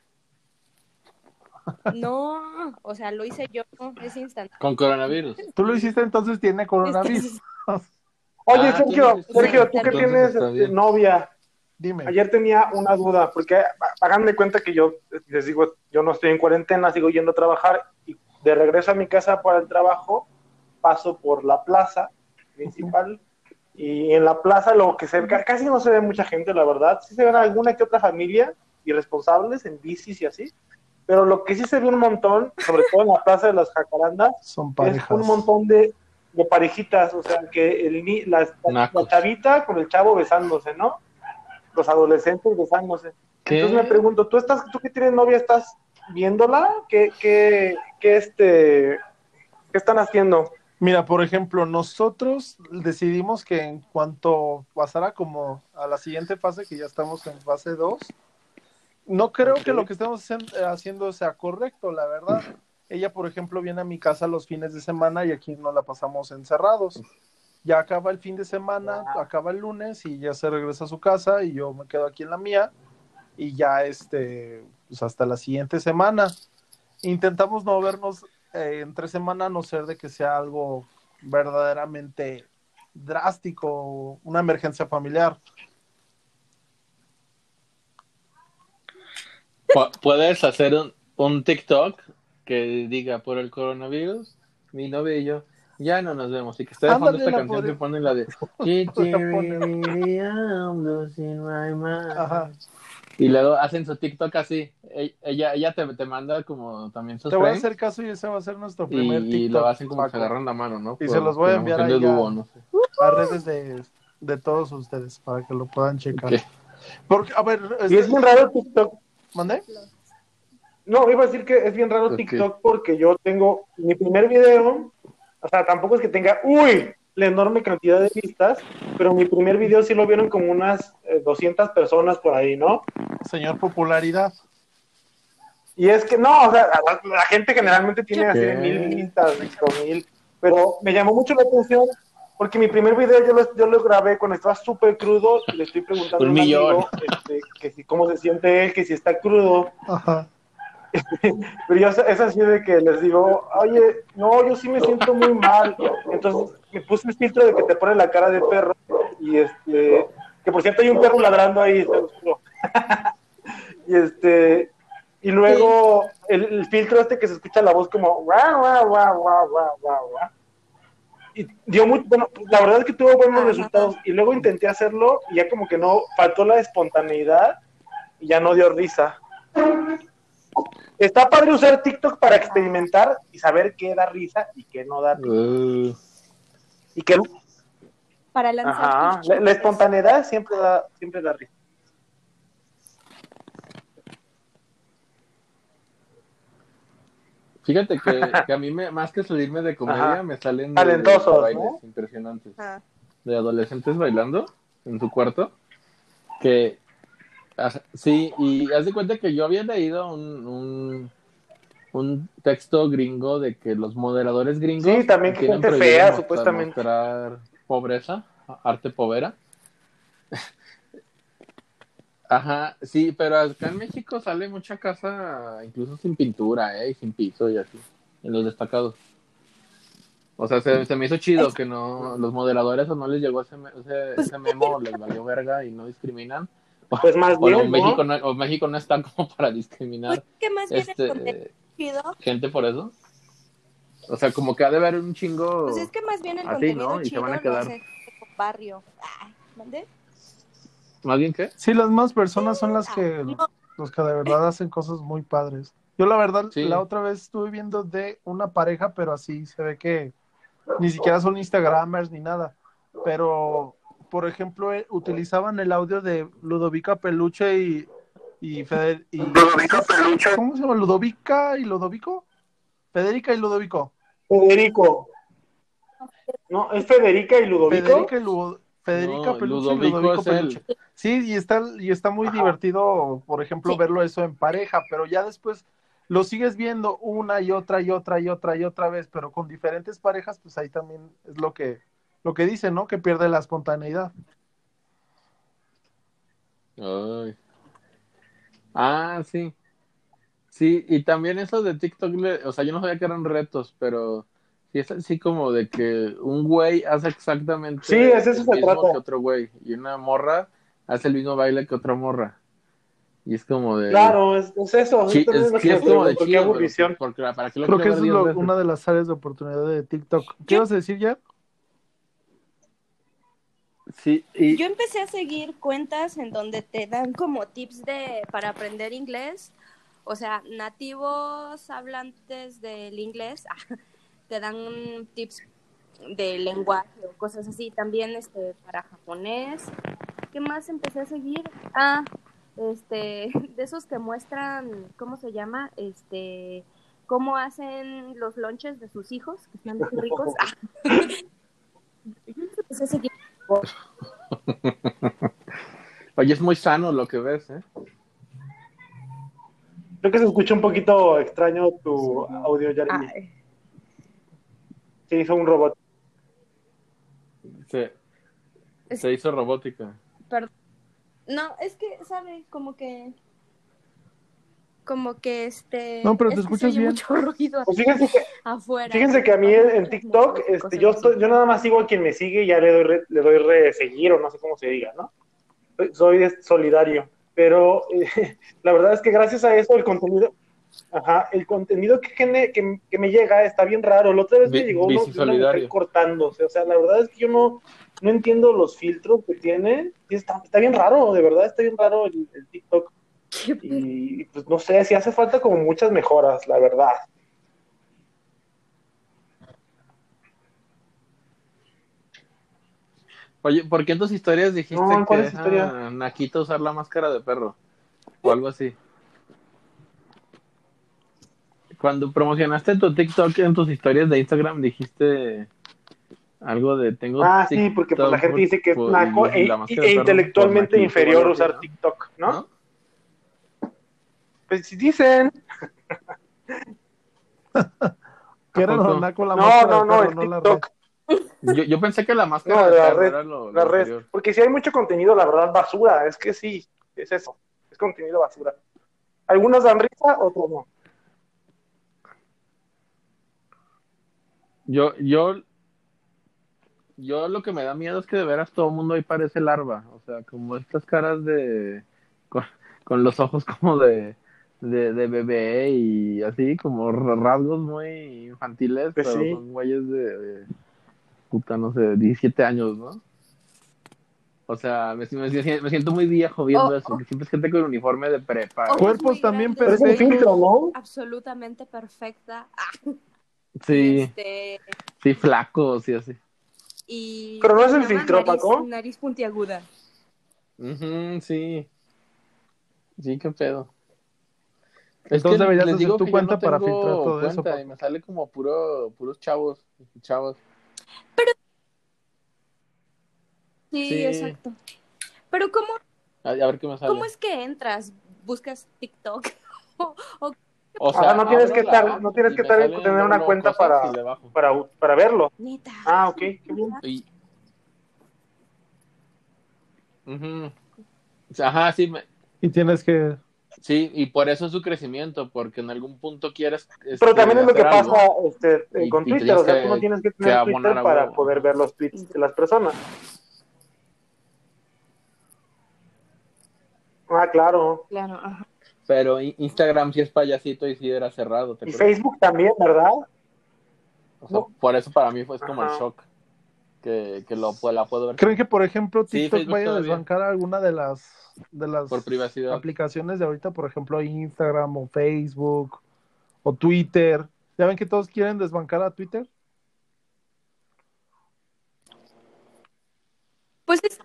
No, o sea, lo hice yo, es instantáneo. Con coronavirus. Tú lo hiciste, entonces tiene coronavirus. Oye, Ah, tú Sergio, lo hiciste. Sergio, tú que Entonces tienes está este, bien. novia, Dime. ayer tenía una duda, porque hagan de cuenta que yo, les digo, yo no estoy en cuarentena, sigo yendo a trabajar, y de regreso a mi casa para el trabajo, paso por la plaza principal, y en la plaza lo que se ve, casi no se ve mucha gente, la verdad, sí se ven alguna que otra familia irresponsables en bicis y así, pero lo que sí se ve un montón, sobre todo en la plaza de las Jacarandas, Son es parejas. un montón de, de parejitas, o sea, que el, ni- la, la, Nacos. la chavita con el chavo besándose, ¿no? Los adolescentes besándose. ¿Qué? Entonces me pregunto, ¿tú estás, tú que tienes novia, estás viéndola? ¿Qué, qué, qué, este, qué están haciendo? Mira, por ejemplo, nosotros decidimos que en cuanto pasara como a la siguiente fase, que ya estamos en fase dos, no creo Ok. que lo que estemos haciendo sea correcto, la verdad. Ella, por ejemplo, viene a mi casa los fines de semana y aquí no la pasamos encerrados. ya acaba el fin de semana, acaba el lunes y ya se regresa a su casa y yo me quedo aquí en la mía y ya este, pues hasta la siguiente semana. Intentamos no vernos eh, entre semana, a no ser de que sea algo verdaderamente drástico, una emergencia familiar. Puedes hacer un, un TikTok que diga por el coronavirus, mi novio y yo ya no nos vemos, y que esté de fondo Ándale, esta la canción podría- que ponen la de la ponen. I'm losing my mind. Ajá. Y luego hacen su TikTok así. Ella, ella te, te manda como también sus Te voy a frames hacer caso y ese va a ser nuestro primer y, y lo TikTok, hacen como que se Paco. agarran la mano, ¿no? Y Por, se los voy a con enviar emoción ahí de a, dúo, no sé. a redes de, de todos ustedes para que lo puedan checar. ¿Qué? Porque, a ver, Y es bien raro TikTok. ¿mandé? No, iba a decir que es bien raro Ok. TikTok porque yo tengo mi primer video, o sea, tampoco es que tenga, uy, la enorme cantidad de vistas, pero mi primer video sí lo vieron como unas eh, doscientas personas por ahí, ¿no? Señor Popularidad. Y es que no, o sea, la, la gente generalmente tiene Yo- así de mil ¿Qué? vistas, cinco mil, pero me llamó mucho la atención porque mi primer video yo lo, yo lo grabé cuando estaba súper crudo y le estoy preguntando Un a un millón. amigo este, que si cómo se siente él, que si está crudo. Ajá. Pero yo es así de que les digo, oye, no, yo sí me siento muy mal. Entonces me puse el filtro de que te pone la cara de perro y este, que por cierto hay un perro ladrando ahí, se los juro. Y este, y luego el, el filtro este que se escucha la voz como guau, guau, guau, guau, guau, guau, guau. Y dio muy, bueno, la verdad es que tuvo buenos Ajá. resultados. Y luego intenté hacerlo y ya como que no, faltó la espontaneidad y ya no dio risa. Está padre usar TikTok para experimentar y saber qué da risa y qué no da risa. Uh, Y que, Para lanzar ajá, tus la, la chistes. espontaneidad siempre da, siempre da risa. fíjate que, que a mí me, más que salirme de comedia, Ajá. me salen de, Talentosos, de bailes ¿no? impresionantes. Ah. De adolescentes bailando en su cuarto. Que ajá, sí, y haz de cuenta que yo había leído un, un, un texto gringo de que los moderadores gringos Sí, también que tienen gente prohibido fea, mostrar, supuestamente. mostrar pobreza, arte povera. Ajá, sí, pero acá en México sale mucha casa incluso sin pintura, ¿eh? Y sin piso y así, en los destacados. O sea, se, se me hizo chido que no, los moderadores o no les llegó ese, me- ese, Pues- ese memo, o les valió verga y no discriminan. Pues más O, no, bien, ¿no? México no, o México no está como para Pues discriminar que más bien el contenido este chido. gente por eso. O sea, como que ha de haber un chingo Pues es que más bien el así, contenido ¿no? Y se chido van a lo quedar. hace con barrio. Ah, ¿mande? ¿Más bien qué? Sí, las más personas son las Ah, que no. los que de verdad hacen cosas muy padres. Yo la verdad, Sí. la otra vez estuve viendo de una pareja, pero así se ve que ni siquiera son Instagramers ni nada. Pero, por ejemplo, eh, utilizaban el audio de Ludovica Peluche y, y, Feder, y Ludovica Peluche. ¿cómo se llama? Ludovica y Ludovico. Federica y Ludovico. Federico. No, es Federica y Ludovico. Federica y Lu- Federica No, Peluche y Ludovico Ludovico es él. Peluche. Sí, y está, y está muy Ajá. divertido, por ejemplo, Sí. verlo eso en pareja, pero ya después lo sigues viendo una y otra y otra y otra y otra vez, pero con diferentes parejas, pues ahí también es lo que, lo que dicen, ¿no? Que pierde la espontaneidad. Ay. Ah, sí. Sí, y también eso de TikTok, le- o sea, yo no sabía que eran retos, pero sí es así como de que un güey hace exactamente Sí, es eso el se mismo trata. que otro güey, y una morra hace el mismo baile que otra morra. Y es como de... Claro, es, es eso. chi- Esto es, es lo sí, que es me como de pregunto, qué chido, pero aburrición. pues, porque, ¿para qué lo Creo quiero que ver esa es diez lo- veces? una de las áreas de oportunidad de TikTok. ¿Qué Yo- ibas a decir ya? Sí, y... Yo empecé a seguir cuentas en donde te dan como tips de para aprender inglés, o sea, nativos hablantes del inglés, ah, te dan tips de lenguaje o cosas así, también este para japonés. ¿Qué más empecé a seguir? Ah, este, de esos que muestran, ¿cómo se llama? Este, cómo hacen los lunches de sus hijos, que están muy ricos. Ah. Yo empecé a seguir. Oye, es muy sano lo que ves, ¿eh? Creo que se escucha un poquito extraño tu audio, Jeremy. Ay. Se hizo un robot. Se, Es- se hizo robótica. Perdón. No, es que, ¿sabe? Como que... Como que este... No, pero te es que se escuchas oye bien. mucho ruido Pues fíjense que, afuera. fíjense que a mí en, en TikTok, este, yo estoy, yo nada más sigo a quien me sigue y ya le doy re, le doy re seguir o no sé cómo se diga, ¿no? Soy, soy solidario, pero eh, la verdad es que gracias a eso el contenido, ajá, el contenido que, gene, que, que me llega está bien raro. La otra vez me Vi- llegó uno Bici de una mujer solidario. cortándose, o sea, la verdad es que yo no, no entiendo los filtros que tiene, y está, está bien raro, de verdad está bien raro el, el TikTok. Y pues no sé, si hace falta como muchas mejoras, la verdad. Oye, ¿por qué en tus historias No, dijiste ¿en que cuál es la historia? deja Naquito usar la máscara de perro? O algo así. Cuando promocionaste tu TikTok en tus historias de Instagram dijiste algo de tengo Ah, sí, porque pues la TikTok gente por- dice que es por- naco y e, la máscara e de perro por intelectualmente Naquito o algo inferior así, usar ¿no? TikTok, ¿no? ¿No? Pues si dicen. Que ¿A era lo poco? naco la No, máscara de no, no, perro, el no la red. TikTok. Yo, yo pensé que la máscara No, de la perro red, era lo, lo la red. inferior. Porque si hay mucho contenido, la verdad, basura. Es que sí, es eso. Es contenido basura. Algunos dan risa, otros no. Yo, yo, yo lo que me da miedo es que de veras todo el mundo ahí parece larva. O sea, como estas caras de... con, con los ojos como de, de, de bebé y así, como rasgos muy infantiles, Pues pero sí. son güeyes de, de puta, no sé, diecisiete años, ¿no? O sea, me, me, me siento muy viejo viendo O- eso, que siempre es gente con uniforme de prepa. ojos Cuerpos muy también grandes, Pero es un piel filtro, perfectos. ¿no? absolutamente perfecta. Ah, y Sí, este... sí, flacos y así. Y... Pero no ¿Qué es se el llama? filtro, Nariz, Paco. nariz puntiaguda. Ujú, sí, sí, qué pedo. Es que Entonces deberías les hacer digo tu que yo no cuenta para filtrar tengo todo eso, cuenta y Paco. me sale como puro, puros chavos, chavos. Sí, Sí, exacto. Pero ¿cómo, a, a ver qué me cómo sale. es que entras? ¿Buscas TikTok? o, o- O Ajá, sea, no tienes abro que estar, la app no tienes y que me estar, salen tener luego, una luego cuenta cosas para, y le bajo. para, para verlo. Neta. Ah, ok, qué bien. Y, ujú. O sea, ajá, sí, me- Y tienes que... sí, y por eso es su crecimiento, porque en algún punto quieres Pero también este, es lo que hacer pasa algo este, eh, y, con y te Twitter, tienes o sea, tú no que, tienes que que tener abonar Twitter a para huevo. poder Ajá. ver los tweets de las personas. Ah, claro. Claro, ajá. Pero i- Instagram sí es payasito y sí era cerrado, ¿te Y acuerdas? Facebook también, ¿verdad? O sea, No. por eso para mí fue como el Ajá. shock que, que lo, pues, la puedo ver. ¿Creen que, por ejemplo, Sí, TikTok Facebook vaya a todavía, desbancar alguna de las de por las privacidad. aplicaciones de ahorita? Por ejemplo, Instagram o Facebook o Twitter. ¿Ya ven que todos quieren desbancar a Twitter? Pues es,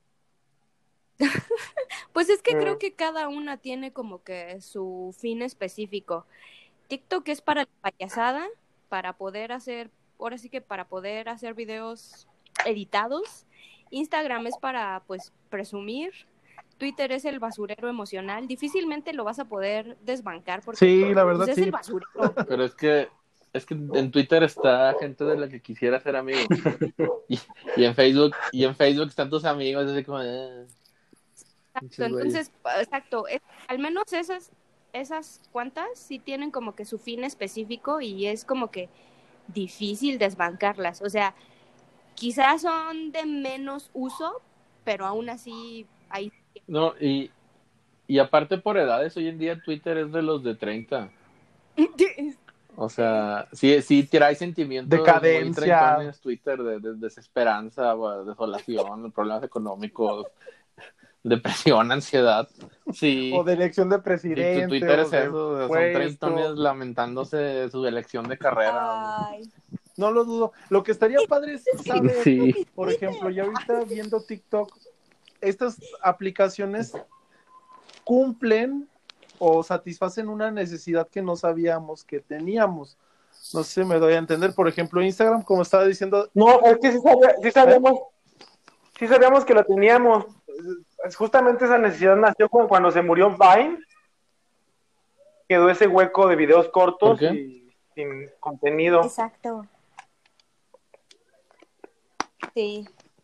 pues es que creo Mm. que cada una tiene como que su fin específico. TikTok es para la payasada, para poder hacer, ahora sí que para poder hacer videos editados. Instagram es para, pues, presumir. Twitter es el basurero emocional. Difícilmente lo vas a poder desbancar porque, Sí, la pues, verdad es el sí. basurero. Pero es que es que en Twitter está gente de la que quisiera ser amigo. Y, y en Facebook, y en Facebook están tus amigos, así como eh, Exacto, pinches güeyes. entonces, exacto, es- al menos esas, esas cuantas sí tienen como que su fin específico y es como que difícil desbancarlas. O sea, quizás son de menos uso, pero aún así hay... No, y, y aparte por edades, hoy en día Twitter es de los de treinta. O sea, sí, sí trae sentimientos muy Decadencia. treintones Twitter de, de desesperanza, o desolación, problemas económicos, depresión, ansiedad. O Sí, de elección de sí, tu presidente Twitter o es de eso, son treintones puesto. lamentándose de su elección de carrera. Ay, No lo dudo. Lo que estaría padre es saber, Sí, por ejemplo, ya ahorita viendo TikTok, estas aplicaciones cumplen o satisfacen una necesidad que no sabíamos que teníamos. No sé si me doy a entender. Por ejemplo, Instagram, como estaba diciendo, No, es que sí, sabía- sí sabíamos, sí sabíamos que lo teníamos. Es justamente esa necesidad nació cu- cuando se murió Vine, quedó ese hueco de videos ¿por cortos qué? y sin contenido. exacto. Sí.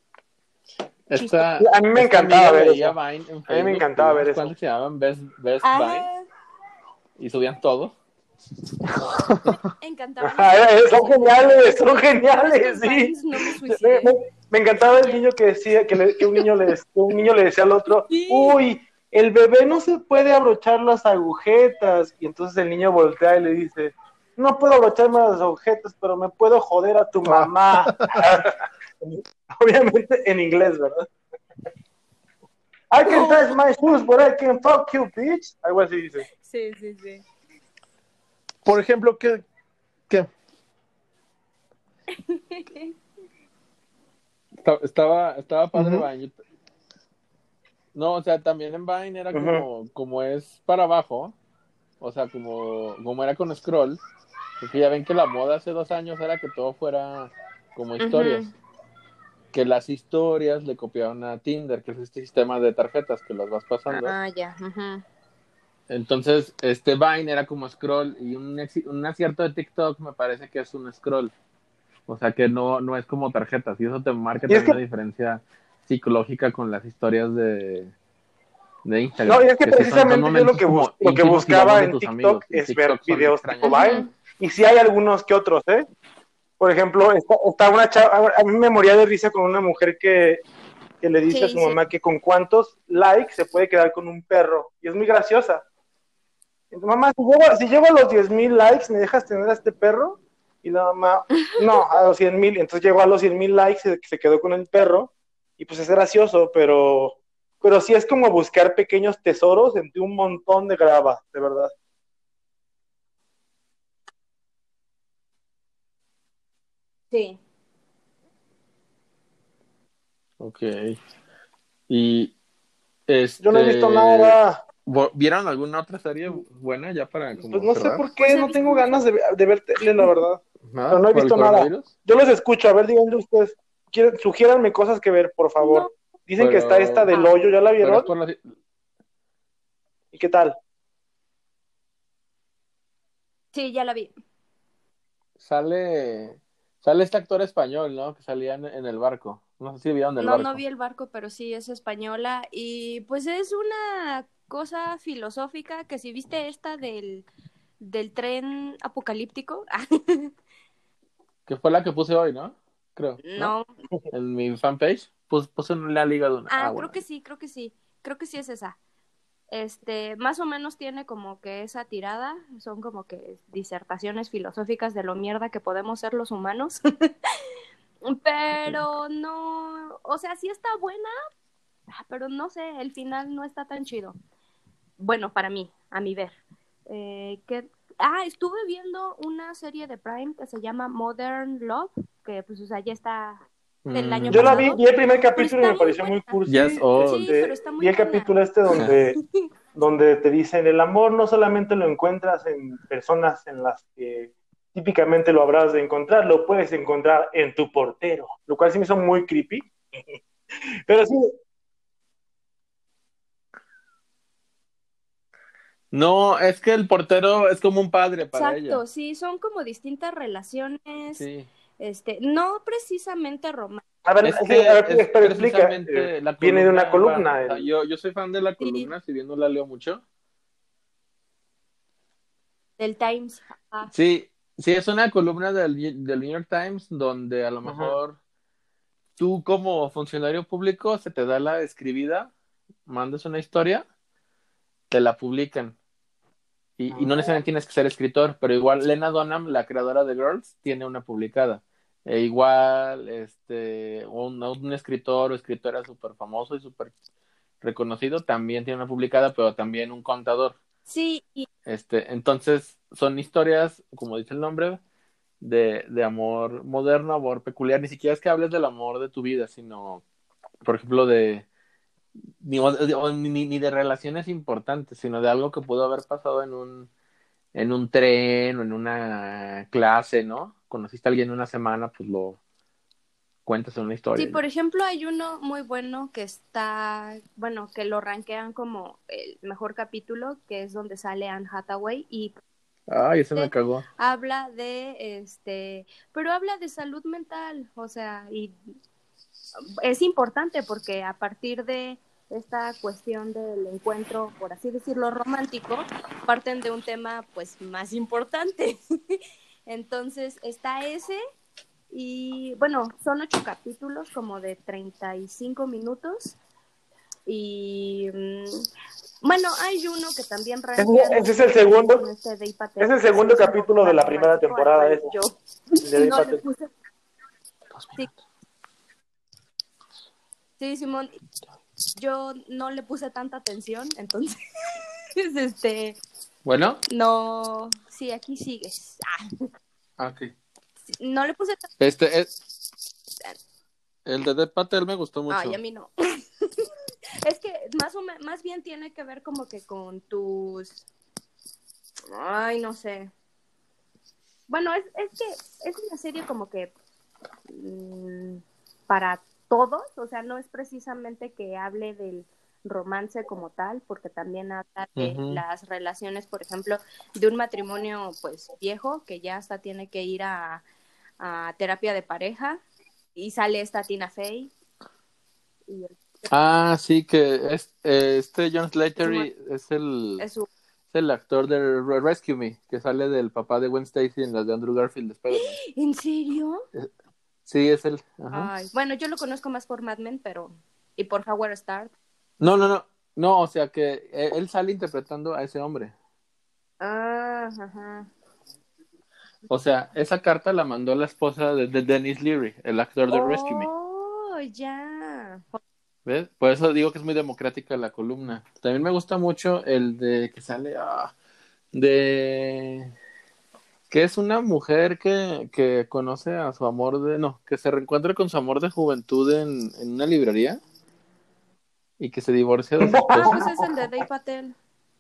Esta, A mí me esta encantaba amiga ver veía eso. Vine en A mí Facebook, me encantaba y ver unos eso. cuantos se llamaban Best, Best Vine, Ah, y subían todo. me encantaban Ajá, esas eh, son narraciones. La verdad geniales, es son que por geniales, estos sí. Vines no me Me, suicidé. me- me encantaba el niño que decía que, le- que un niño le que un niño le decía al otro, Sí. uy, el bebé no se puede abrochar las agujetas. Y entonces el niño voltea y le dice, no puedo abrocharme las agujetas, pero me puedo joder a tu mamá. Obviamente en inglés, ¿verdad? I can touch my shoes, but I can fuck you, bitch. Algo así dice. Sí, sí, sí. Por ejemplo, ¿qué? ¿Qué? Esta- Estaba, estaba padre Ujú. Vine. No, o sea, también en Vine era Ujú. como, como es para abajo, o sea, como, como era con scroll, porque ya ven que la moda hace dos años era que todo fuera como historias, Ujú. que las historias le copiaron a Tinder, que es este sistema de tarjetas que las vas pasando. Ah, ya. Ujú. Entonces, este Vine era como scroll, y un, ex- un acierto de TikTok me parece que es un scroll, o sea, que no, no es como tarjetas, y eso te marca Y es también que una diferencia psicológica con las historias de, de No, Instagram, y es que que sí son, son precisamente yo lo momentos que, bus como lo que íntimos y lo hablas buscaba de en tus amigos, TikTok y es ver TikTok son videos tipo Vine. Ujú. Y sí hay algunos que otros, ¿eh? Por ejemplo, está, está una chava, a mí me moría de risa con una mujer que, que le dice a Sí, su sí. mamá que con cuántos likes se puede quedar con un perro. Y es muy graciosa. Entonces, mamá, si llego, si llego a los diez mil likes, ¿me dejas tener a este perro? Y la mamá, no, a los cien mil. Entonces llegó a los cien mil likes y se quedó con el perro. Y pues es gracioso, pero, pero sí es como buscar pequeños tesoros entre un montón de grava, de verdad. Sí. Ok. Y Yo no he visto este, nada. ¿vieron alguna otra serie buena ya para Pues como no sé cerrar? por Pues qué, he no visto tengo muchas. ganas de, de ver tele, la verdad. Pero ¿Nada? no he ¿Por el visto nada. coronavirus? Yo los escucho, a ver, díganme ustedes. Quieren, sugiéranme cosas que ver, por No. favor. Dicen que está esta Pero, del Ah, hoyo, ¿ya la pero es vieron? por la, ¿Y qué tal? sí, ya la vi. sale, sale este actor español, ¿no? Que salía en, en el barco. No sé si vieron el No, no barco. vi el barco, pero sí es española. Y pues es una cosa filosófica que si viste esta del, del tren apocalíptico. Que fue la que puse hoy, ¿no? Creo, ¿no? No. En mi fanpage puse, puse en la liga de una. Ah, Ah, creo bueno. que sí, creo que sí. Creo que sí es esa. Este, más o menos tiene como que esa tirada, son como que disertaciones filosóficas de lo mierda que podemos ser los humanos. Pero no, o sea, sí está buena, pero no sé, el final no está tan chido. Bueno, para mí, a mi ver. Eh, que, ah, estuve viendo una serie de Prime que se llama Modern Love, que pues, o sea, ya está del año Yo la vi, pasado, vi el primer pero capítulo y está me muy pareció buena. muy Yes, cursi. old. Sí, pero Este, está vi muy el buena. capítulo este donde, donde te dicen, el amor no solamente lo encuentras en personas en las que típicamente lo habrás de encontrar, lo puedes encontrar en tu portero, lo cual sí me hizo muy creepy. Pero sí, No, es que el portero es como un padre para ella. Exacto, sí, son como distintas relaciones, Sí. este, no precisamente románticas. a ver, Es sí, a que ver, es pero explica, eh, precisamente la viene de una columna va. columna, O sea, el, yo, yo soy fan de la Sí, columna, si bien no la leo mucho. del Times. Ah, Sí, sí, es una columna del, del New York Times donde a lo uh-huh. mejor tú como funcionario público se te da la escribida, mandas una historia, te la publican. Y, y no necesariamente tienes que ser escritor, pero igual Lena Dunham, la creadora de Girls, tiene una publicada. E igual, este, un, un escritor o escritora súper famoso y súper reconocido también tiene una publicada, pero también un contador. sí, y Este, entonces, son historias, como dice el nombre, de, de amor moderno, amor peculiar. Ni siquiera es que hables del amor de tu vida, sino, por ejemplo, de ni, o- ni, ni de relaciones importantes, sino de algo que pudo haber pasado en un en un tren o en una clase, ¿no? Conociste a alguien en una semana, pues lo cuentas en una sí, historia, ¿no? por ejemplo, hay uno muy bueno que está, bueno, que lo rankean como el mejor capítulo, que es donde sale Anne Hathaway y Ay, ese me cagó. habla de, este, pero habla de salud mental, o sea, y es importante porque a partir de esta cuestión del encuentro, por así decirlo, romántico, parten de un tema pues más importante. Entonces está ese y bueno, son ocho capítulos como de treinta y cinco minutos y mmm, bueno, hay uno que también Ese, ese es el segundo, este es el segundo capítulo de la primera temporada. Ese. Yo de no le puse... Sí. sí, Simón, yo no le puse tanta atención, entonces, este... Bueno. No, sí, aquí sigues. Ah, ok. No le puse tanta... Este es... El de Dev Patel me gustó mucho. Ay, a mí no. Es que más o menos, más bien tiene que ver como que con tus... Ay, no sé. Bueno, es, es que es una serie como que mmm, para todos, o sea, no es precisamente que hable del romance como tal, porque también habla de uh-huh. las relaciones, por ejemplo, de un matrimonio pues viejo que ya hasta tiene que ir a, a terapia de pareja y sale esta Tina Fey. Y el... Ah, sí, que es, eh, este John Slattery es el, es, su... es el actor de Rescue Me, que sale del papá de Gwen Stacy en las de Andrew Garfield de Spider-Man. ¿En serio? Eh, sí, es él. Ajá. Ay, bueno, yo lo conozco más por Mad Men, pero... y por Howard Stark. No, no, no, no, o sea que él sale interpretando a ese hombre. Ah, ajá. O sea, esa carta la mandó la esposa de, de Dennis Leary, el actor de oh, Rescue Me. Oh, ya. ¿Ves? Por eso digo que es muy democrática la columna. También me gusta mucho el de que sale ah, de que es una mujer que, que conoce a su amor de no, que se reencuentra con su amor de juventud en, en una librería y que se divorcia de su esposo. Ah, pues es el de Dev Patel.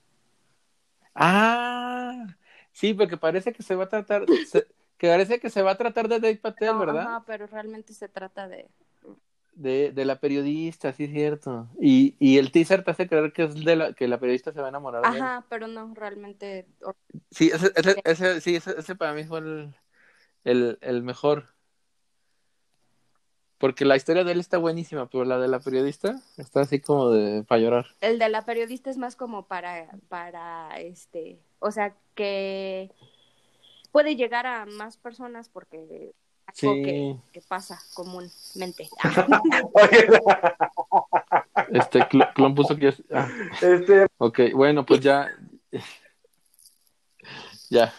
Ah, sí, porque parece que se va a tratar, se, que parece que se va a tratar de Dev Patel, no, ¿verdad? Ajá, pero realmente se trata de de, de la periodista, sí es cierto. Y, y el teaser te hace creer que es de la que la periodista se va a enamorar Ajá, de él. Ajá, pero no, realmente. Sí, ese, ese, ese, sí, ese, ese para mí fue el, el, el mejor. Porque la historia de él está buenísima, pero la de la periodista está así como de para llorar. El de la periodista es más como para, para este, o sea, que puede llegar a más personas porque algo sí. que, que pasa comúnmente. Este, Cl- Clon puso que... Ah. Este... Ok, bueno, pues ya... ya.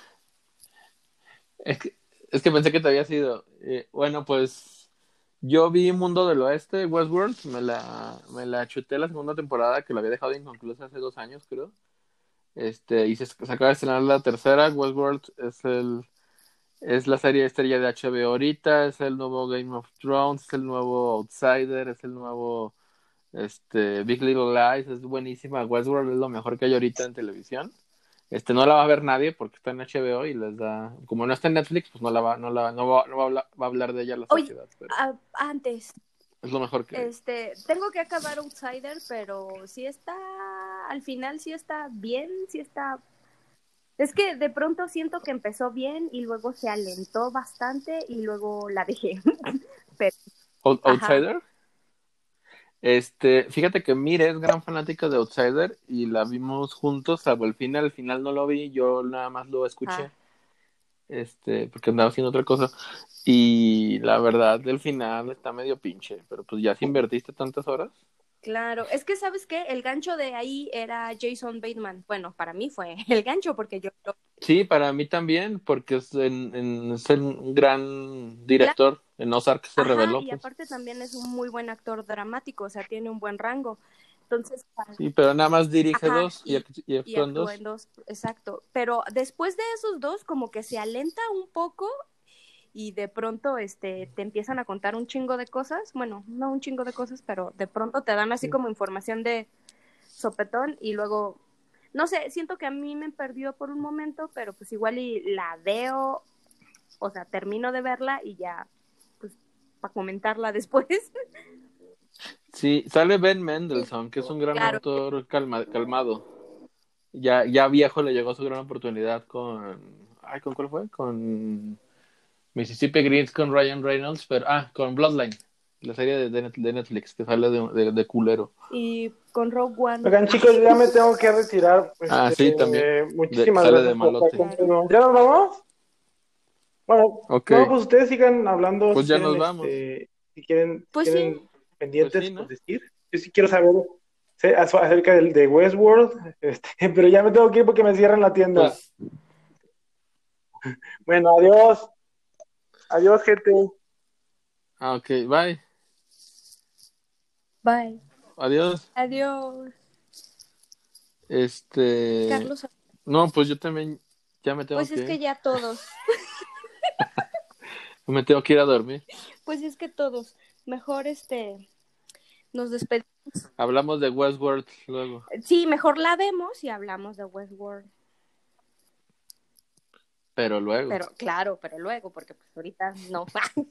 Es que, es que pensé que te había sido. Eh, bueno, pues yo vi Mundo del Oeste, Westworld, me la, me la chuté la segunda temporada que la había dejado inconclusa hace dos años, creo. Este, y se, se acaba de estrenar la tercera. Westworld es el es la serie estrella de H B O ahorita, es el nuevo Game of Thrones, es el nuevo Outsider, es el nuevo este Big Little Lies, es buenísima. Westworld es lo mejor que hay ahorita en televisión. Este no la va a ver nadie porque está en H B O y les da, como no está en Netflix, pues no la va, no la, no va, no va, a, hablar, va a hablar de ella la sociedad. Oye, pero a, antes. Es lo mejor que. Este, tengo que acabar Outsider, pero sí está, al final sí está bien, sí está. Es que de pronto siento que empezó bien y luego se alentó bastante y luego la dejé. Pero, ¿Outsider? Ajá. Este, fíjate que Mire es gran fanática de Outsider y la vimos juntos, salvo el final, el final no lo vi, yo nada más lo escuché. Ah. Este, porque andaba haciendo otra cosa. Y la verdad, el final está medio pinche, pero pues ya si invertiste tantas horas. Claro, es que ¿sabes qué? El gancho de ahí era Jason Bateman. Bueno, para mí fue el gancho porque yo... Sí, para mí también, porque es, en, en, es un gran director, claro. En Ozark se Ajá, reveló. Y pues. aparte también es un muy buen actor dramático, o sea, tiene un buen rango. Entonces, para... Sí, pero nada más dirige Ajá, dos y, y, y actúa en dos. en dos. Exacto, pero después de esos dos como que se alenta un poco y de pronto este te empiezan a contar un chingo de cosas, bueno, no un chingo de cosas, pero de pronto te dan así sí. como información de sopetón y luego, no sé, siento que a mí me perdió por un momento, pero pues igual y la veo, o sea, termino de verla y ya, pues, para comentarla después. Sí, sale Ben Mendelsohn, sí, que es un gran claro. actor calma, calmado. Ya, ya viejo le llegó su gran oportunidad con, ay, ¿con cuál fue? Con Mississippi Greens con Ryan Reynolds, pero ah, con Bloodline. La serie de, de Net- de Netflix que sale de, de, de culero. Y con Rogue One. Oigan, chicos, ya me tengo que retirar. Ah, Este, sí, también. eh, De, muchísimas sale gracias de por estar malote. conmigo. ¿Ya nos vamos? Bueno, Ok, no, pues ustedes sigan hablando pues si ya quieren, nos vamos. este, si quieren, si Pues sí, quieren Pues sí, pendientes por ¿no? decir. Yo sí quiero saber sé, aso- acerca del de Westworld, este, pero ya me tengo que ir porque me cierran la tienda. Pues, Bueno, adiós, adiós, gente. ah, ok, bye. bye. Adiós. Adiós. Este, Carlos, no, pues yo también ya me tengo pues es que que ir. ya todos. Me tengo que ir a dormir. Pues es que todos. Mejor este nos despedimos. Hablamos de Westworld luego. Sí, mejor la vemos y hablamos de Westworld. Pero luego. Pero claro, pero luego, porque pues ahorita no.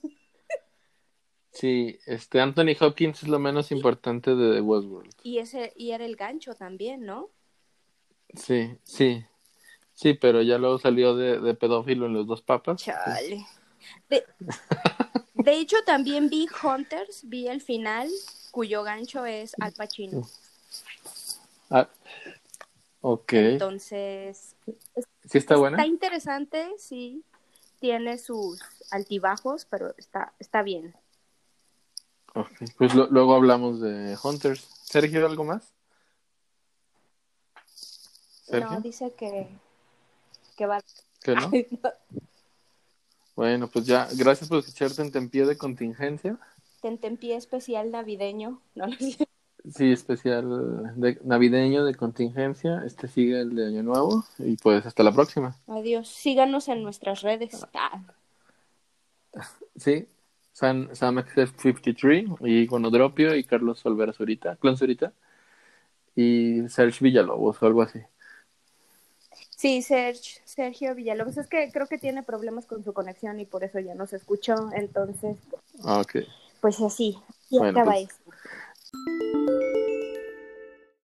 Sí, este Anthony Hopkins es lo menos importante de Westworld. Y ese, y era el gancho también, ¿no? Sí, sí. Sí, pero ya luego salió de, de pedófilo en Los Dos Papas. Chale. De, de hecho, también vi Hunters, vi el final, cuyo gancho es Al Pacino. Ah, ok. Entonces, es- ¿Sí está está buena? interesante, sí. Tiene sus altibajos, pero está, está bien. Ok, pues lo- luego hablamos de Hunters. Sergio, ¿algo más? ¿Sergio? No, dice que, que va. ¿Que no? Bueno, pues ya, gracias por escucharte en Tempié de Contingencia. Tentempié especial navideño. No, no sé. Sí, especial de navideño de contingencia. Este sigue el de Año Nuevo. Y pues hasta la próxima. Adiós. Síganos en nuestras redes. Ah, Sí, Sam, Sam X F cincuenta y tres y Gonodropio y Carlos Olvera Zurita, Clon Zurita y Serge Villalobos o algo así. sí, Sergio, Sergio Villalobos. Es que creo que tiene problemas con su conexión y por eso ya no se escuchó. Entonces, Ah, ok. pues así. Y Bueno, acaba pues esto.